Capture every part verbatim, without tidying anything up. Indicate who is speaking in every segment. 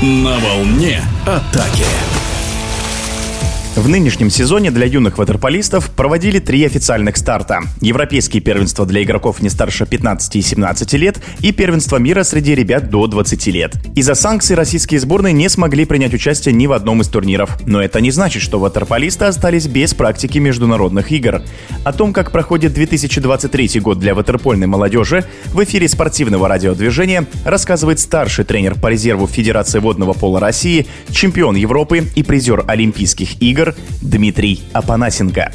Speaker 1: На волне атаки.
Speaker 2: В нынешнем сезоне для юных ватерполистов проводили три официальных старта. Европейские первенства для игроков не старше пятнадцати и семнадцати лет и первенство мира среди ребят до двадцати лет. Из-за санкций российские сборные не смогли принять участие ни в одном из турниров. Но это не значит, что ватерполисты остались без практики международных игр. О том, как проходит две тысячи двадцать третий год для ватерпольной молодежи, в эфире спортивного радиодвижения рассказывает старший тренер по резерву Федерации водного пола России, чемпион Европы и призер Олимпийских игр Дмитрий Апанасенко.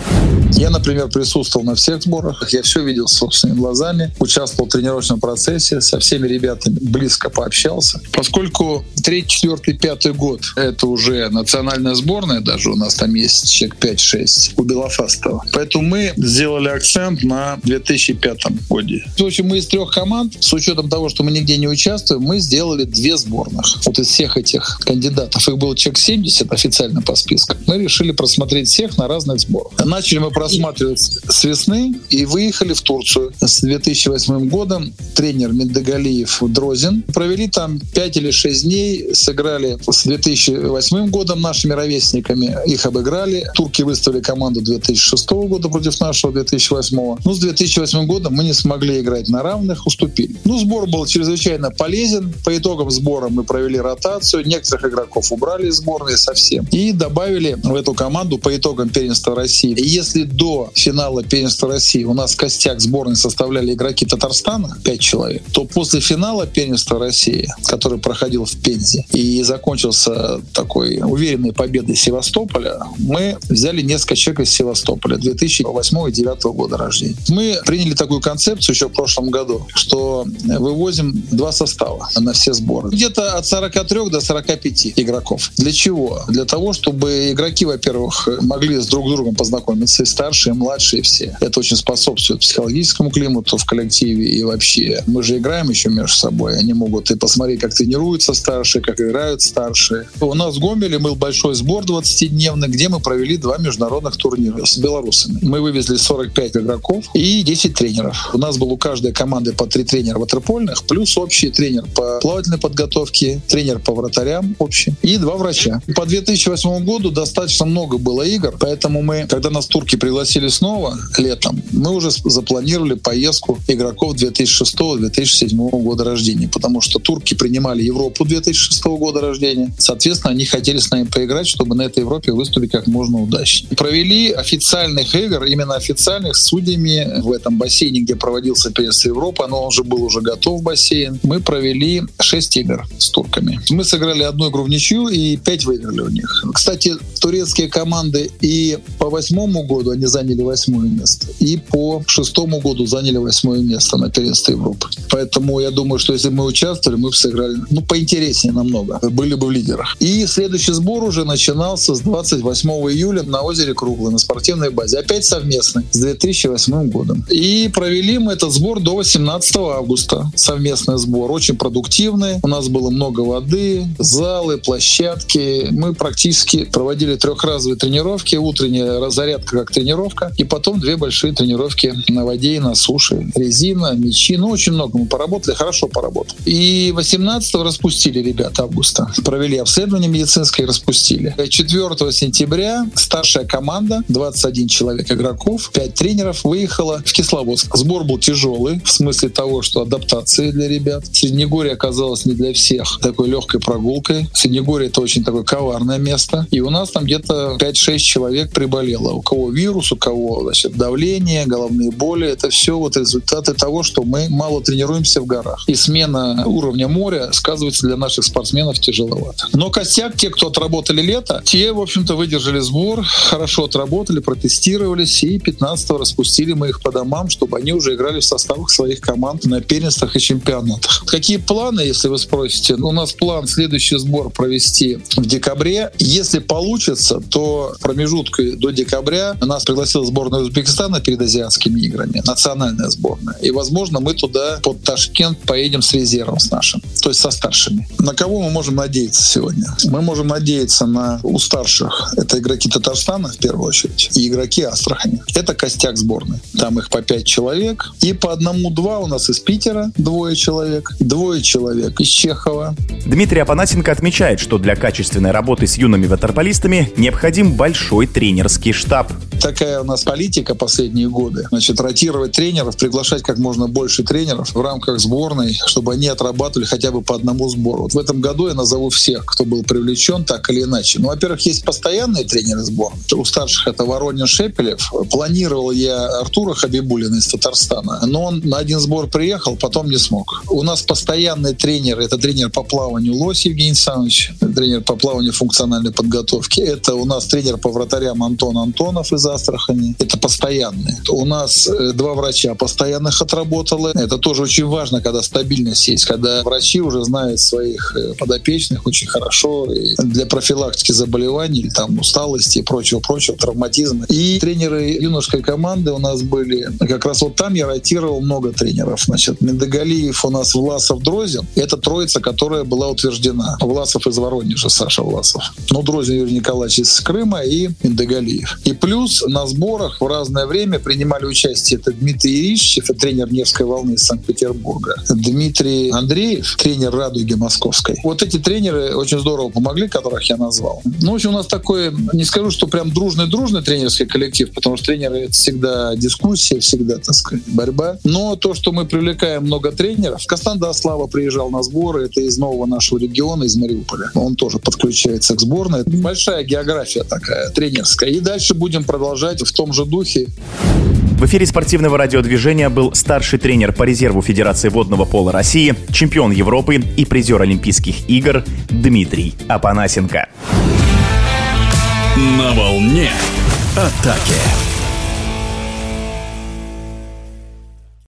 Speaker 3: Я, например, присутствовал на всех сборах, я все видел собственными глазами, участвовал в тренировочном процессе, со всеми ребятами близко пообщался. Поскольку третий, четвертый, пятый год — это уже национальная сборная, даже у нас там есть человек пять-шесть у Белофастова, поэтому мы сделали акцент на две тысячи пятом годе. В общем, мы из трех команд, с учетом того, что мы нигде не участвуем, мы сделали две сборных. Вот из всех этих кандидатов, их было человек семьдесят официально по списку, мы решили просмотреть всех на разных сборах. Начали мы просматривать с весны и выехали в Турцию. С две тысячи восьмым годом тренер Меддагалиев, Дрозин. Провели там пять или шесть дней, сыграли с две тысячи восьмым годом нашими ровесниками, их обыграли. Турки выставили команду две тысячи шестого года против нашего две тысячи восьмого. Ну, с две тысячи восьмым годом мы не смогли играть на равных, уступили. Ну, сбор был чрезвычайно полезен. По итогам сбора мы провели ротацию, некоторых игроков убрали из сборной совсем и добавили в эту команду по итогам первенства России. И если до финала первенства России у нас костяк сборной составляли игроки Татарстана, пять человек, то после финала первенства России, который проходил в Пензе и закончился такой уверенной победой Севастополя, мы взяли несколько человек из Севастополя две тысячи восьмого и две тысячи девятого года рождения. Мы приняли такую концепцию еще в прошлом году, что вывозим два состава на все сборы. Где-то от сорока трёх до сорока пяти игроков. Для чего? Для того, чтобы игроки, во-первых, могли с друг с другом познакомиться, и старшие, и младшие все. Это очень способствует психологическому климату в коллективе и вообще. Мы же играем еще между собой. Они могут и посмотреть, как тренируются старшие, как играют старшие. У нас в Гомеле был большой сбор двадцатидневный, где мы провели два международных турнира с белорусами. Мы вывезли сорок пять игроков и десять тренеров. У нас был у каждой команды по три тренера ватерпольных, плюс общий тренер по плавательной подготовке, тренер по вратарям общий и два врача. По две тысячи восьмому году достаточно много было игр, поэтому мы, когда нас турки пригласили снова летом, мы уже запланировали поездку игроков две тысячи шестого - две тысячи седьмого года рождения, потому что турки принимали Европу две тысячи шестого года рождения. Соответственно, они хотели с нами поиграть, чтобы на этой Европе выступить как можно удачнее. Провели официальных игр, именно официальных, с судьями в этом бассейне, где проводился первенство Европы, но он же был уже готов, бассейн. Мы провели шесть игр с турками. Мы сыграли одну игру в ничью и пять выиграли у них. Кстати, турецкие команды и по восьмому году они заняли восьмое место, и по шестому году заняли восьмое место на первенстве Европы. Поэтому я думаю, что если бы мы участвовали, мы бы сыграли, ну, поинтереснее намного, были бы в лидерах. И следующий сбор уже начинался с двадцать восьмого июля на озере Круглое, на спортивной базе. Опять совместный, с две тысячи восьмым годом. И провели мы этот сбор до восемнадцатого августа. Совместный сбор, очень продуктивный. У нас было много воды, залы, площадки. Мы практически проводили трехразовые тренировки, утренняя зарядка как тренировка, и потом две большие тренировки на воде и на суше. Резина, мячи, ну, очень много мы поработали, хорошо поработали. И восемнадцатого распустили ребят августа. Провели обследование медицинское и распустили. четвёртого сентября старшая команда, двадцать один человек игроков, пять тренеров, выехала в Кисловодск. Сбор был тяжелый, в смысле того, что адаптации для ребят. Среднегорье оказалось не для всех такой легкой прогулкой. Среднегорье — это очень такое коварное место. И у нас там где-то пять-шесть человек приболело. У кого вирус, у кого, значит, давление, головные боли. Это все вот результаты того, что мы мало тренируемся в горах. И смена уровня моря сказывается для наших спортсменов тяжеловато. Но костяк, те, кто отработали лето, те, в общем-то, выдержали сбор, хорошо отработали, протестировались, и пятнадцатого распустили мы их по домам, чтобы они уже играли в составах своих команд на первенствах и чемпионатах. Какие планы, если вы спросите? У нас план следующий сбор провести в декабре. Если получится, осуществится, то в промежутке до декабря нас пригласила сборная Узбекистана перед Азиатскими играми, национальная сборная. И, возможно, мы туда под Ташкент поедем с резервом с нашим, то есть со старшими. На кого мы можем надеяться сегодня? Мы можем надеяться на у старших. Это игроки Татарстана, в первую очередь, и игроки Астрахани. Это костяк сборной. Там их по пять человек. И по одному-два у нас из Питера двое человек, двое человек из Чехова.
Speaker 2: Дмитрий Апанасенко отмечает, что для качественной работы с юными ватерполистами необходим большой тренерский штаб.
Speaker 3: Такая у нас политика последние годы. Значит, ротировать тренеров, приглашать как можно больше тренеров в рамках сборной, чтобы они отрабатывали хотя бы по одному сбору. Вот в этом году я назову всех, кто был привлечен так или иначе. Ну, во-первых, есть постоянные тренеры сборной. У старших это Воронин, Шепелев. Планировал я Артура Хабибуллина из Татарстана, но он на один сбор приехал, потом не смог. У нас постоянный тренер, это тренер по плаванию Лось Евгений Александрович, тренер по плаванию функциональной подготовки. Это у нас тренер по вратарям Антон Антонов из Астрахани. Это постоянные. У нас два врача постоянных отработало. Это тоже очень важно, когда стабильность есть, когда врачи уже знают своих подопечных очень хорошо и для профилактики заболеваний, там, усталости и прочего-прочего, травматизма. И тренеры юношеской команды у нас были, как раз вот там я ротировал много тренеров. Значит, Медогалиев у нас, Власов, Дрозин. Это троица, которая была утверждена. Власов из Воронежа, Саша Власов. Ну, Дрозин Юрий Николаевич из Крыма и Медогалиев. И плюс на сборах в разное время принимали участие это Дмитрий Ирищев, тренер Невской волны из Санкт-Петербурга, Дмитрий Андреев, тренер Радуги Московской. Вот эти тренеры очень здорово помогли, которых я назвал. Ну, в общем, у нас такой, не скажу, что прям дружный-дружный тренерский коллектив, потому что тренеры — это всегда дискуссия, всегда, так сказать, борьба. Но то, что мы привлекаем много тренеров, Костанда Аслава приезжал на сборы, это из нового нашего региона, из Мариуполя. Он тоже подключается к сборной. Большая география такая, тренерская. И дальше будем продолжать в том же духе.
Speaker 2: В эфире спортивного радиодвижения был старший тренер по резерву Федерации водного пола России, чемпион Европы и призер Олимпийских игр Дмитрий Апанасенко.
Speaker 1: На волне атаки.